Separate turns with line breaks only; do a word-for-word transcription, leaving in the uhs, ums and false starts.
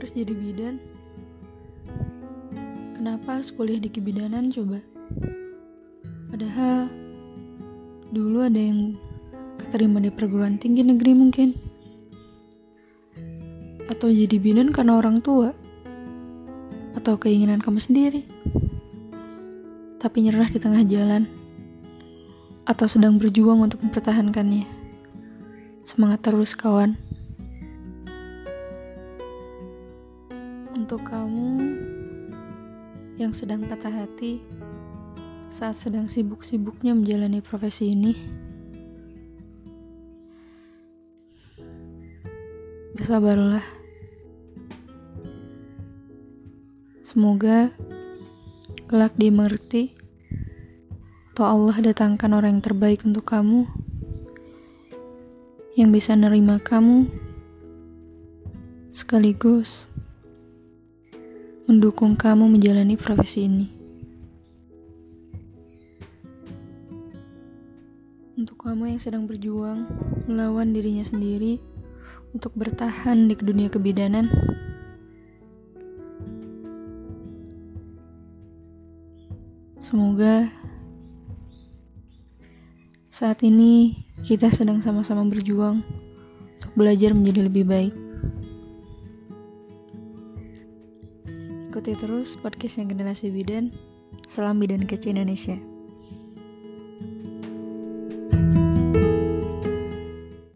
harus jadi bidan? Kenapa harus kuliah di kebidanan coba? Padahal dulu ada yang keterima di perguruan tinggi negeri mungkin. Atau jadi bidan karena orang tua? Atau keinginan kamu sendiri? Tapi nyerah di tengah jalan? Atau sedang berjuang untuk mempertahankannya? Semangat terus kawan. Untuk kamu yang sedang patah hati saat sedang sibuk-sibuknya menjalani profesi ini, bersabarlah. Semoga kelak dimengerti atau Allah datangkan orang yang terbaik untuk kamu, yang bisa nerima kamu sekaligus mendukung kamu menjalani profesi ini. Untuk kamu yang sedang berjuang melawan dirinya sendiri untuk bertahan di dunia kebidanan, semoga saat ini kita sedang sama-sama berjuang untuk belajar menjadi lebih baik. Ikuti terus podcastnya Generasi Bidan. Salam Bidan Kece Indonesia.